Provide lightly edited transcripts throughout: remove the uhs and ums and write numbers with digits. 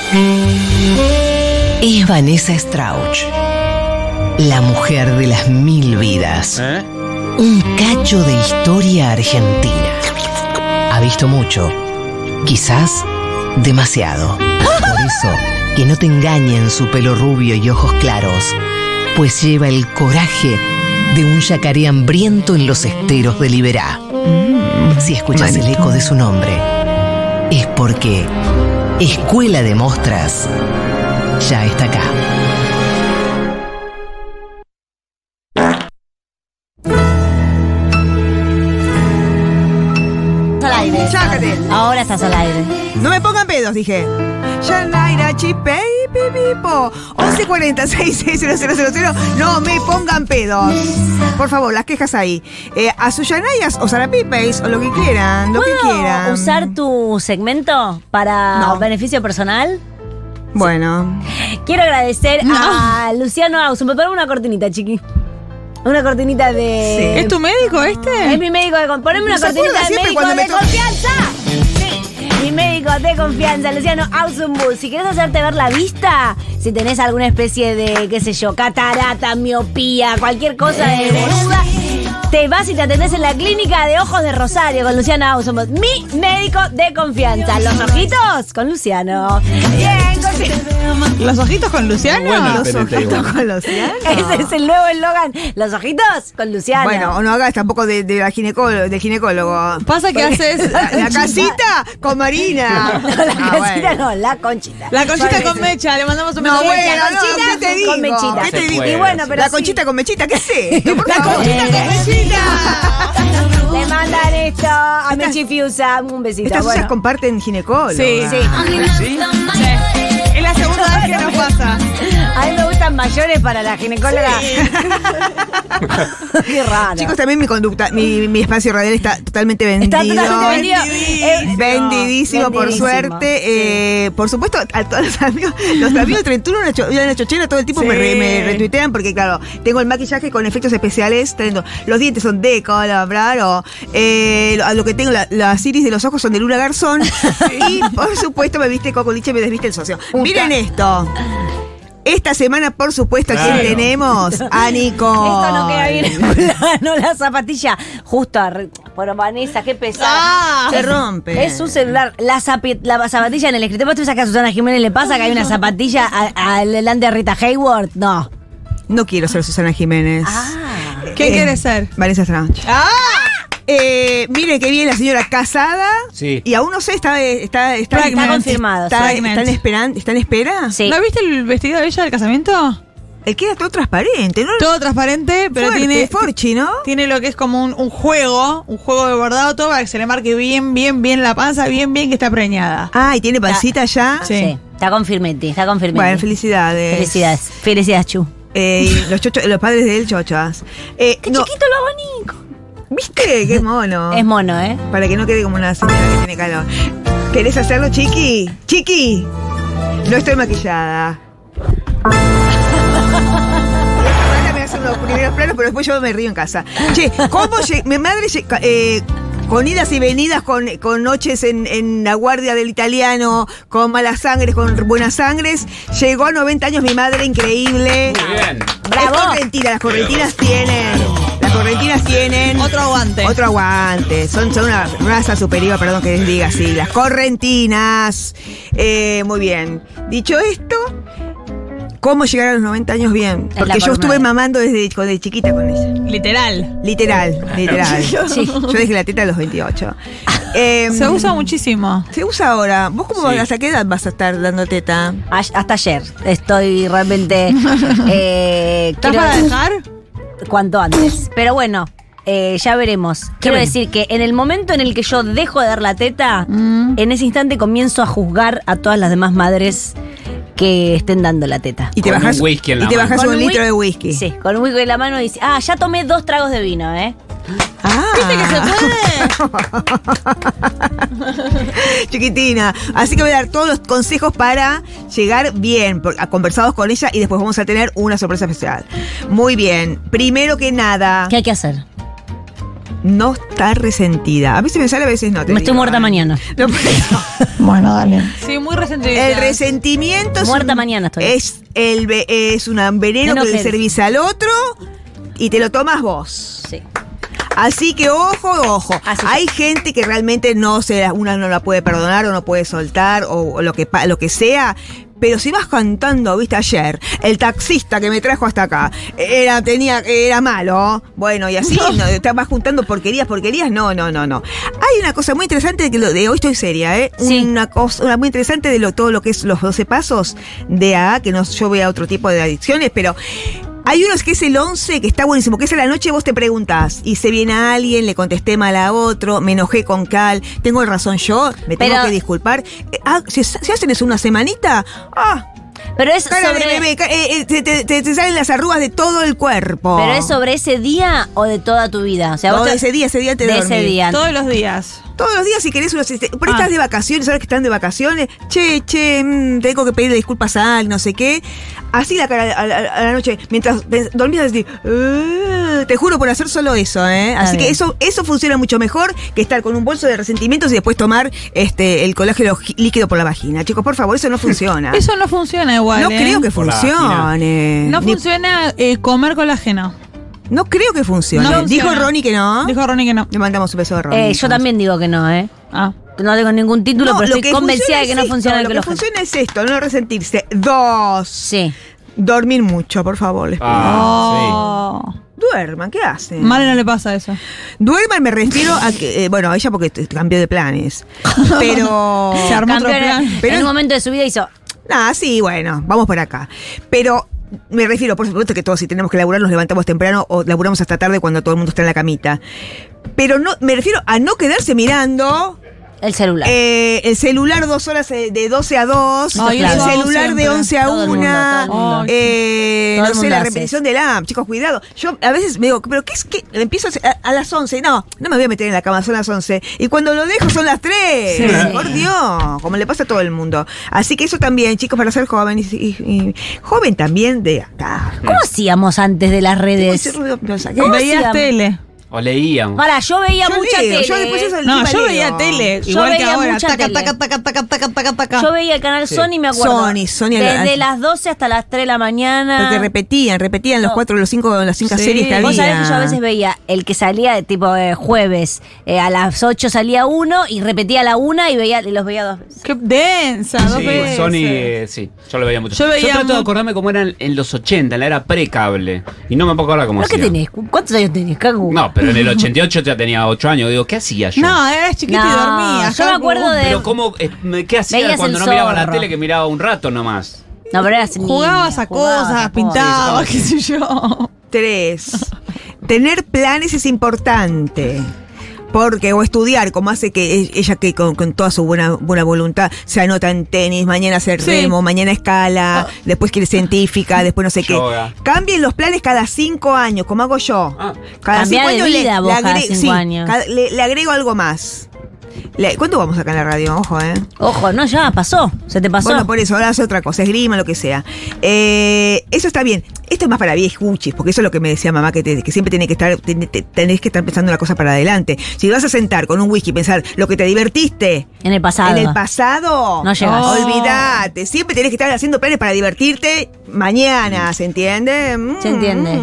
Es Vanessa Strauch, la mujer de las 1000 vidas. Un cacho de historia argentina. Ha visto mucho, quizás demasiado. Por eso, que no te engañen su pelo rubio y ojos claros, pues lleva el coraje de un yacaré hambriento en los esteros de Liberá. Si escuchas el eco de su nombre, es porque Escuela de Mostras ya está acá. Al aire. Sácate. Ahora estás al aire. No me pongan pedos, dije. Yanaira Chipei Pipipo 1140-660000. No me pongan pedos. Por favor, las quejas ahí. A sus Yanayas o Sarapipeis o lo que quieran. Lo que quieran. ¿Puedo usar tu segmento para beneficio personal? Bueno. Quiero agradecer a Luciano Auso. Me poneme una cortinita, chiqui. Una cortinita de... Sí. ¿Es tu médico este? Es mi médico de... Poneme una cortinita de médico de confianza. Sí, mi médico de confianza, Luciano Ausumbus. Si querés hacerte ver la vista, si tenés alguna especie de, qué sé yo, catarata, miopía, cualquier cosa de boluda, te vas y te atendés en la clínica de ojos de Rosario con Luciano Ausumbus. Mi médico de confianza. Los ojitos con Luciano. Bien, ¿Los ojitos con Luciano? Bueno, Los ojitos con Luciano. ese es el nuevo eslogan. Los ojitos con Luciano. Bueno, o no hagas tampoco de ginecólogo. Pasa que haces... La casita con Marina. No, la casita no, la conchita. La conchita con mecha, le mandamos un No, mensaje. bueno, la conchita ¿qué te digo? con mechita. ¿Qué te digo? Y bueno, pero La sí. conchita con mechita, ¿qué sé? La conchita con mechita. Le mandan esto a Mechi Fiusa. Un besito. Estas Bueno. cosas comparten ginecólogos. Sí. Sí. Es la segunda vez que nos pasa. A mí me gustan mayores para la ginecóloga. Qué raro. Chicos, también mi conducta, mi espacio radial está totalmente vendido. Está totalmente vendido. Vendidísimo, por Vendidísimo, suerte. Por supuesto, a todos los amigos de 31, una chochera, todo el tiempo Sí. me retuitean porque, claro, tengo el maquillaje con efectos especiales. Los dientes son de Colorado. Lo que tengo, las iris de los ojos son de Luna Garzón. Y, por supuesto, me viste Coco Liche, me desviste el socio. Miren esto. Esta semana, por supuesto, ¿a quién tenemos? A Nico. Esto no queda bien en plano, la zapatilla. Justo, bueno, Vanessa, qué pesada. Se rompe. Es un celular. La zapatilla en el escritorio. ¿Vos te pensás que a Susana Jiménez le pasa que hay una zapatilla adelante de Rita Hayworth? No. No quiero ser Susana Jiménez. ¿Qué quieres ser? Vanessa Strauch. Mire qué bien la señora casada. Sí. Y aún no sé, está confirmado. Está Pregnant. en espera. Sí. ¿No viste el vestido de ella del casamiento? El que era todo transparente, ¿no? Todo transparente, pero Fuerte, Forchi, ¿no? tiene lo que es como un juego de bordado todo para que se le marque bien la panza, bien que está preñada. Ah, y tiene pancita ya. Sí. Está confirmete. Bueno, felicidades. Felicidades, Chu. Y los padres de él, chochas. Qué chiquito lo abanico. ¿Viste? Qué mono. Es mono, ¿eh? Para que no quede como una señora que tiene calor. ¿Querés hacerlo, Chiqui? ¡Chiqui! No estoy maquillada. Ahora me hacen los primeros planos, pero después yo me río en casa. Che, ¿cómo mi madre con idas y venidas, con noches en la guardia del italiano, con malas sangres, con buenas sangres, llegó a 90 años mi madre, increíble. Muy bien. ¡Bravo! Es correntina, las correntinas tienen Otro aguante. otro aguante. Son una raza superior, perdón que les diga así. Las correntinas. Muy bien. Dicho esto, ¿cómo llegar a los 90 años bien? Porque yo estuve mamando desde chiquita con ella. Literal. Literal. Sí. Yo dejé la teta a los 28. Se usa muchísimo. Se usa ahora. ¿Vos cómo hasta qué edad vas a estar dando teta? Hasta ayer. Estoy realmente... ¿Estás para dejar? Cuanto antes. Pero bueno, ya veremos. Quiero decir que en el momento en el que yo dejo de dar la teta, en ese instante comienzo a juzgar a todas las demás madres que estén dando la teta. Y te Con bajas un whisky en la y te mano. bajas Con un un litro de whisky. Sí, con un whisky en la mano y dice, ya tomé 2 tragos de vino, ¿eh? ¿Viste que se puede? Chiquitina. Así que voy a dar todos los consejos para llegar bien, conversados con ella, y después vamos a tener una sorpresa especial. Muy bien. Primero que nada, ¿Qué hay que hacer? no estar resentida. A veces me sale, a veces no. Me estoy muerta mañana. No, Bueno, dale. Sí, muy resentida. el resentimiento Muerta mañana estoy. es un veneno No que le quedes. servís al otro y te lo tomas vos. Sí. Así que ojo. Así Hay gente que realmente una no la puede perdonar o no puede soltar o lo que sea. Pero si vas cantando, viste ayer, el taxista que me trajo hasta acá, era malo, bueno, y así, no, vas juntando porquerías, no. Hay una cosa muy interesante, de hoy estoy seria, Sí. una cosa muy interesante de todo lo que es los 12 pasos de AA, que no, yo voy a otro tipo de adicciones, pero hay uno que es el 11, que está buenísimo, que es a la noche vos te preguntás, hice bien a alguien, le contesté mal a otro, me enojé con Cal, tengo razón yo, me tengo que disculpar. Si hacen eso una semanita, Pero es cara sobre... de bebé, te salen las arrugas de todo el cuerpo. ¿Pero es sobre ese día o de toda tu vida? O sea, No, vos de ese día te de dormís. ese día. Todos los días. Todos los días si querés por ahí estás de vacaciones, ahora que están de vacaciones, tengo que pedirle disculpas a alguien, no sé qué. Así la cara a la noche, mientras dormís así, te juro por hacer solo eso, Así que eso funciona mucho mejor que estar con un bolso de resentimientos y después tomar el colágeno líquido por la vagina. Chicos, por favor, eso no funciona. Eso no funciona igual. No creo que Por la funcione. No funciona comer colágeno. No creo que funcione. No Dijo funciona. Ronnie que no. Dijo Ronnie que no. Le mandamos un beso de Ronnie. Yo entonces. también digo que no, Ah. No tengo ningún título, pero lo estoy que convencida de que no funciona el Lo que colágeno. funciona es esto, no resentirse. 2. Sí. Dormir mucho, por favor. Les pido. Oh. Duerman, ¿qué hacen? Male no le pasa eso. Duerman me refiero a que, a ella porque cambió de planes. Pero. Se armó otro Campeón, plan. Pero- en un momento de su vida hizo... Sí, bueno, vamos por acá. Pero me refiero, por supuesto, que todos si tenemos que laburar nos levantamos temprano o laburamos hasta tarde cuando todo el mundo está en la camita. Pero no, me refiero a no quedarse mirando El celular. el celular 2 horas de 12 a 2, Ay, el eso hago celular siempre. de 11 a Todo el 1, mundo, todo el mundo. Todo no el sé, mundo la hace repetición de la app. Chicos, cuidado. Yo a veces me digo, ¿pero qué es que empiezo a las 11? No me voy a meter en la cama, son las 11. Y cuando lo dejo son las 3. Sí. Por Dios, como le pasa a todo el mundo. Así que eso también, chicos, para ser joven y joven también de acá. ¿Cómo hacíamos antes de las redes? Ese ruido me lo saqué. ¿Cómo Veías hacíamos? tele. O leían. Para, yo veía Yo mucha leo, tele. yo después eso No, encima yo leo. veía tele. Yo Igual que veía ahora. mucha Taca, tele. taca, taca, taca, taca, taca, taca. Yo veía el canal Sí. Sony, me acuerdo. Sony, Desde las 12 hasta las 3 de la mañana. Porque repetían los No. 4, los 5, las 5 Sí. series que había. Vos sabés que yo a veces veía el que salía tipo jueves, a las 8 salía uno y repetía a la 1 y los veía 2 veces. Qué densa, dos Sí, veces. Sony, sí, yo lo veía mucho. Yo veía trato de mu- acordarme cómo eran en los 80, en la era precable. Y no me puedo acordar cómo ¿Pero qué hacía. tenés? ¿Cuántos años tenés, Cagu? No, pero en el 88 ya tenía 8 años. Digo, ¿qué hacía yo? No, eras chiquito y No, dormías. yo me acuerdo de... Pero cómo, ¿qué hacía Veías cuando el no miraba la zorro. tele, que miraba un rato nomás? No, pero eras niña, Jugabas a jugabas cosas, pintabas, qué sé yo. 3. Tener planes es importante. Porque, o estudiar, como hace que ella que con toda su buena voluntad se anota en tenis, mañana hacer Sí. remo, mañana escala, después quiere científica, después no sé Yoga. qué. Cambien los planes cada 5 años, como hago yo. Ah. Cada Cambiá 5 de años vida vos cada 5 años. Le agrego algo más. ¿Cuánto vamos acá en la radio? Ojo, Ojo, no, ya pasó. Se te pasó. Bueno, por eso, ahora hace otra cosa, esgrima, lo que sea. Eso está bien. Esto es más para viejuchis, porque eso es lo que me decía mamá, que siempre tenés que estar pensando una cosa para adelante. Si vas a sentar con un whisky y pensar lo que te divertiste En el pasado. en el pasado, No llegas. olvídate. Siempre tenés que estar haciendo planes para divertirte mañana, ¿se entiende? Se entiende.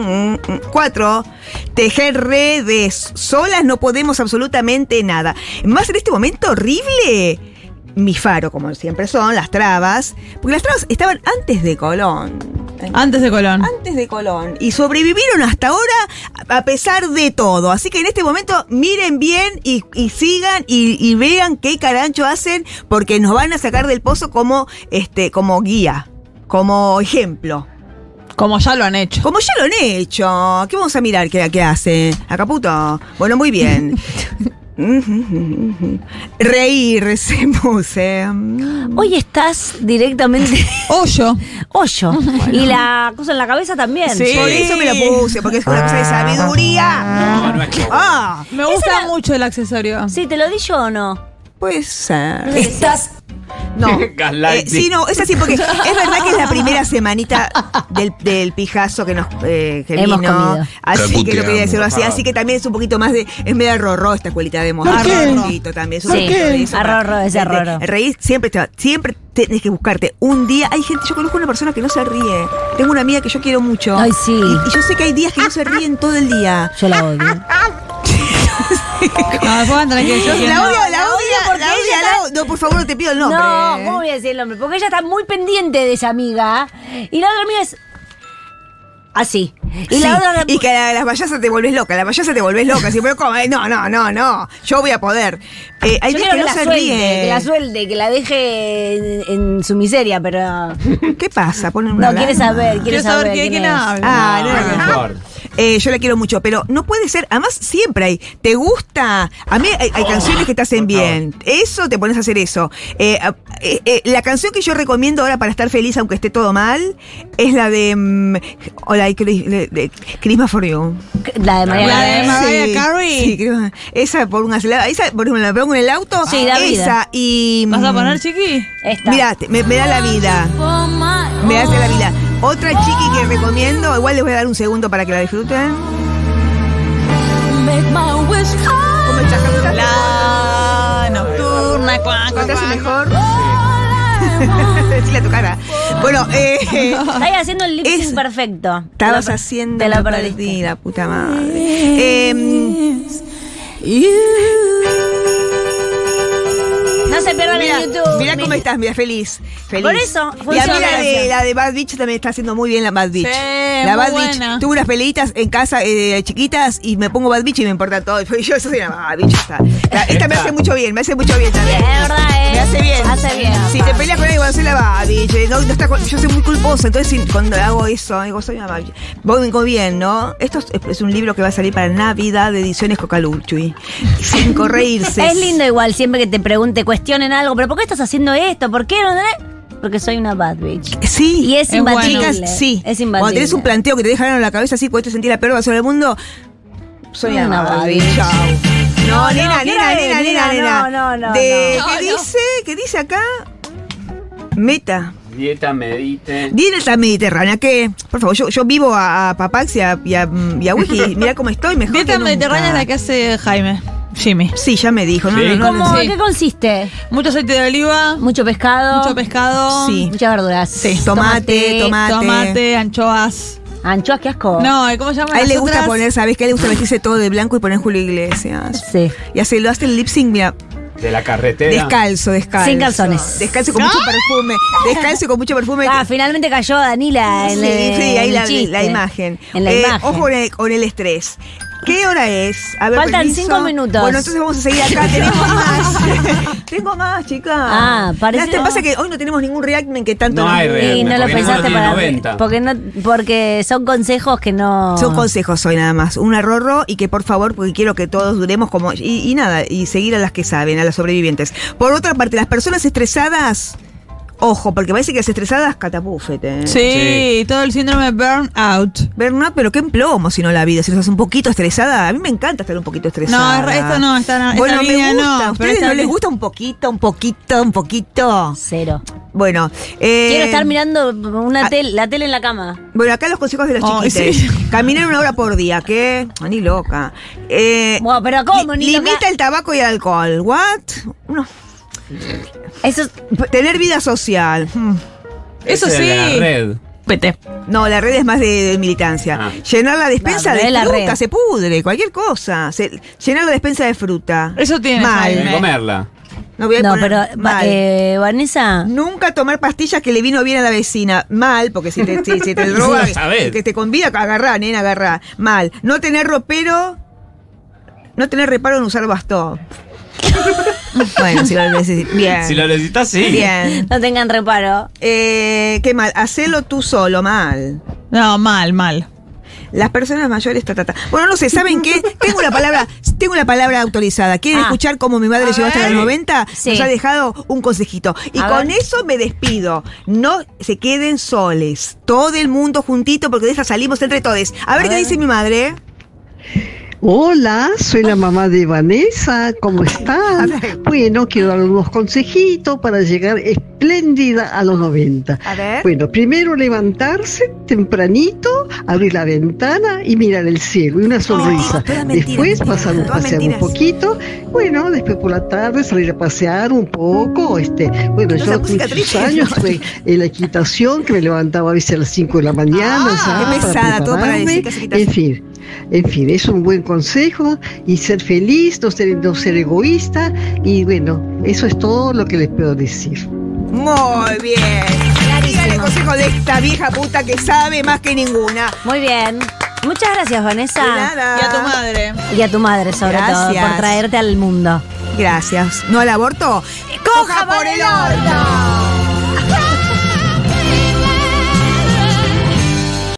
4. Tejer redes. Solas no podemos absolutamente nada. Más en este momento horrible. Mi faro, como siempre son, las trabas. Porque las trabas estaban antes de Colón. Antes de Colón. Antes de Colón. Y sobrevivieron hasta ahora a pesar de todo. Así que en este momento miren bien y sigan y vean qué carancho hacen, porque nos van a sacar del pozo como guía, como ejemplo. Como ya lo han hecho. Como ya lo han hecho. ¿Qué vamos a mirar qué hace? ¿A Caputo? Bueno, muy bien. Reírse, puse. Hoy estás directamente Hoyo. hoyo. Y la cosa en la cabeza también. Sí. Por eso me la puse, porque es una cosa de sabiduría. No, no es como- Ah, Me gusta mucho el accesorio. Sí, ¿te lo di yo o no? Puede ser. Estás. No. Gaslighting. Sí, no, es así porque es verdad que es la primera semanita del pijazo que nos que Hemos vino. comido. Así que no quería decirlo así. Por favor. así que también es un poquito más de. Es medio rorró esta escuelita de moda. ¿Por qué? Un poquito también. Es un Sí, poquito de eso. arrorró, es arrorró. Reír siempre tenés que buscarte un día. Hay gente, yo conozco una persona que no se ríe. Tengo una amiga que yo quiero mucho. Ay, sí. Y yo sé que hay días que no se ríen todo el día. Yo la odio. No, después van a tener que decir que La no. odio porque ella No, por favor, no te pido el nombre. No, ¿cómo voy a decir el nombre? Porque ella está muy pendiente de esa amiga. Y la otra amiga es. Así. Y Sí, la otra. y que a las payasas te volvés loca, Sí, pero ¿cómo? No. Yo voy a poder. Hay Yo días quiero que no la se suelte, ríe. que la suelte, que la deje en su miseria, pero. ¿Qué pasa? Ponen una No, quiere alarma. saber, Quiero saber quién es. habla. Ah, no. Mejor. Yo la quiero mucho, pero no puede ser. Además, siempre hay. ¿Te gusta? A mí hay canciones que te hacen por favor. bien. Eso, te pones a hacer eso. La canción que yo recomiendo ahora para estar feliz, aunque esté todo mal, es la de. Hola, de Christmas for You. La de María La de Carey. Mariah Carey. Sí, creo. Esa por una. Esa por ejemplo, la pongo en el auto. Sí, da vida. Esa y. ¿Vas a poner, chiqui? Esta. Mirá, me da la vida. Me hace la vida. Otra chiqui que recomiendo, igual les voy a dar un segundo para que la disfruten. ¿Cómo está? La nocturna. ¿Te hace mejor? Decirle a tu cara. Bueno, Estás haciendo el lip sync Es- perfecto. estabas Te lo- haciendo te lo la perdiste. perdida, puta madre. No se pierdan en YouTube. Mira cómo estás, mira, feliz. Por eso, Y a funciona, mí gracias. la de Bad Bitch también está haciendo muy bien la Bad Bitch. Sí, La muy Bad buena. Bitch. Tuve unas peleitas en casa chiquitas y me pongo Bad Bitch y me importa todo. Yo soy una Bad Bitch. Esta me hace mucho bien, también. Es verdad, Me hace bien. Hace bien. Si te peleas con alguien, igual soy la Bad Bitch. No está, yo soy muy culposa, entonces cuando hago eso, digo, soy una Bad Bitch. Vengo bien, ¿no? Esto es un libro que va a salir para Navidad de Ediciones Cocaluchui. Sin reírse. Es lindo igual siempre que te pregunte, cuestionen algo, pero ¿por qué estás haciendo esto? ¿Por qué no? Porque soy una bad bitch. Sí. Y es imbatible. Chicas, sí. Es imbatible. Cuando tenés un planteo que te deja en la cabeza así, puedes sentir la peor basura del mundo. Soy Una una Bad Bad Bitch. Bitch. Chao. No, nena. No. ¿Qué dice? ¿Qué dice acá? Meta. Dieta, medite. Dieta mediterránea, que, por favor, yo vivo a Papax y a Wiki. Mirá cómo estoy, mejor Dieta que nunca. mediterránea es la que hace Jimmy. Sí, ya me dijo. ¿Sí? ¿Cómo? Sí. ¿Qué consiste? Mucho aceite de oliva, Mucho pescado. mucho pescado, Sí. Muchas verduras. Sí. Tomate. tomate, anchoas. Anchoas, qué asco. No, ¿cómo se llama? A él le las gusta otras? poner, ¿sabes qué? A él le gusta vestirse todo de blanco y poner Julio Iglesias. Sí. Y lo hace el lip sync, mira, De la carretera. descalzo. Sin calzones. Descalzo con mucho perfume. Descalzo con mucho perfume. Ah, finalmente cayó Danila en Sí, ahí el la chiste. imagen. En la imagen. Ojo con el estrés. ¿Qué hora es? A ver, Faltan permiso. 5 minutos. Bueno, entonces vamos a seguir acá. Tenemos más. Tengo más, chicas. Ah, parece- ¿Te pasa que hoy no tenemos ningún reactment que tanto No nos hay guste? reactment. Y no lo Porque pensaste ninguno para tiene 90. porque son consejos que no. Son consejos hoy nada más. Un arrorro y que por favor, porque quiero que todos duremos como. Y nada, y seguir a las que saben, a las sobrevivientes. Por otra parte, las personas estresadas. Ojo, porque parece que las estresadas catapúfete. Sí, todo el síndrome burnout. Burnout, pero qué emplomo si no la vida. Si estás un poquito estresada, a mí me encanta estar un poquito estresada. No, esto no, esta Bueno, línea me gusta. no, ¿A pero ustedes esta no les li- gusta un poquito? Cero. Bueno, Quiero estar mirando la tele en la cama. Bueno, acá los consejos de los Ay, chiquites. sí. Caminar 1 hora por día, ¿qué? Ni loca. Bueno, pero ¿cómo, ni Limita loca? el tabaco y el alcohol. ¿What? No. Eso es- Tener vida social. Eso Ese sí. de la red. Pete. No, la red es más de militancia. Ah. Llenar la despensa No, pero de es la fruta, red. se pudre, cualquier cosa. Llenar la despensa de fruta. Eso tiene Mal. Jaime. Comerla. No voy a No, poner- pero mal. Vanessa. Nunca tomar pastillas que le vino bien a la vecina. Mal, porque si te droga, Sí, sabés. que te convida, agarrá, nena, agarrá. Mal. No tener ropero. No tener reparo en usar bastón. Bueno, si lo necesitas. Bien. Si lo necesitas, sí. Bien. No tengan reparo. ¿Qué mal? Hacelo tú solo, mal. No, mal. Las personas mayores, Bueno, no sé, ¿saben qué? Tengo la palabra autorizada. ¿Quieren Ah. escuchar cómo mi madre llegó hasta ver. los 90? Sí. Nos ha dejado un consejito. Y A con ver. eso me despido. No se queden soles. Todo el mundo juntito, porque de esta salimos entre todos. A ver qué dice mi madre. Hola, soy la mamá de Vanessa, ¿cómo están? Bueno, quiero dar unos consejitos para llegar espléndida a los 90. A ver. Bueno, primero levantarse tempranito, abrir la ventana y mirar el cielo y una sonrisa. Después pasar un pasear un poquito. Bueno, después por la tarde salir a pasear un poco. Bueno, yo muchos años tuve en la equitación, que me levantaba a veces a las 5 de la mañana. Qué pesada, todo para decir que se quita. En fin, es un buen consejo y ser feliz, no ser egoísta y bueno, eso es todo lo que les puedo decir. Muy bien. Dígale consejo de esta vieja puta que sabe más que ninguna. Muy bien. Muchas gracias, Vanessa. De nada. Y a tu madre. Y a tu madre, sobre todo, por traerte al mundo. Gracias. ¿No al aborto? ¡Coja por el orto!